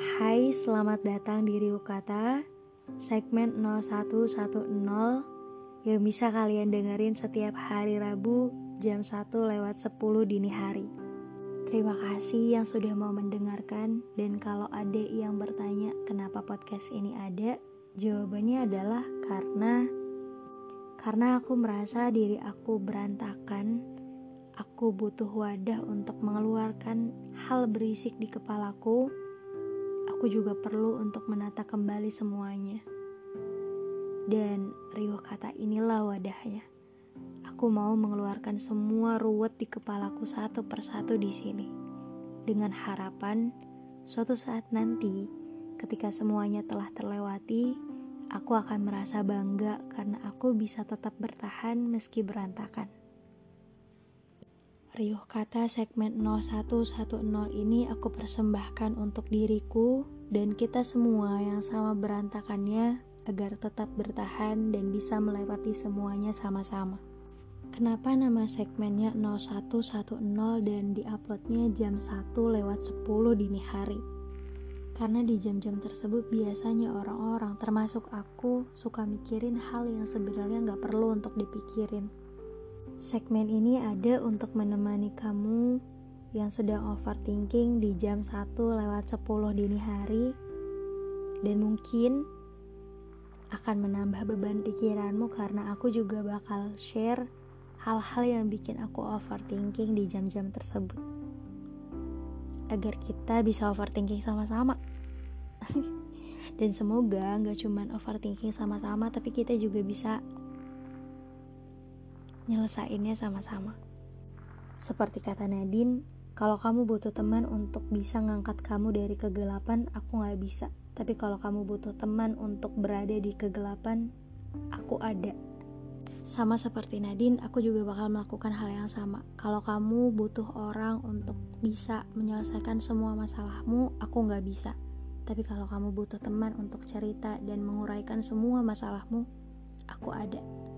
Hai, selamat datang di Riuh Kata, segmen 0110 yang bisa kalian dengerin setiap hari Rabu jam 1:10 dini hari. Terima kasih yang sudah mau mendengarkan, dan kalau ada yang bertanya kenapa podcast ini ada, jawabannya adalah karena aku merasa diri aku berantakan. Aku butuh wadah untuk mengeluarkan hal berisik di kepalaku. Aku juga perlu untuk menata kembali semuanya. Dan Riuh Kata inilah wadahnya. Aku mau mengeluarkan semua ruwet di kepalaku satu persatu di sini. Dengan harapan suatu saat nanti ketika semuanya telah terlewati, aku akan merasa bangga karena aku bisa tetap bertahan meski berantakan. Riuh Kata segmen 0110 ini aku persembahkan untuk diriku dan kita semua yang sama berantakannya agar tetap bertahan dan bisa melewati semuanya sama-sama. Kenapa nama segmennya 0110 dan diuploadnya jam 1:10 dini hari? Karena di jam-jam tersebut biasanya orang-orang termasuk aku suka mikirin hal yang sebenarnya gak perlu untuk dipikirin. Segmen ini ada untuk menemani kamu yang sedang overthinking di jam 1:10 dini hari, dan mungkin akan menambah beban pikiranmu karena aku juga bakal share hal-hal yang bikin aku overthinking di jam-jam tersebut agar kita bisa overthinking sama-sama. Dan semoga gak cuman overthinking sama-sama, tapi kita juga bisa nyelesainnya sama-sama. Seperti kata Nadine, kalau kamu butuh teman untuk bisa ngangkat kamu dari kegelapan, aku gak bisa. Tapi kalau kamu butuh teman untuk berada di kegelapan, aku ada. Sama seperti Nadine, aku juga bakal melakukan hal yang sama. Kalau kamu butuh orang untuk bisa menyelesaikan semua masalahmu, aku gak bisa. Tapi kalau kamu butuh teman untuk cerita dan menguraikan semua masalahmu, aku ada.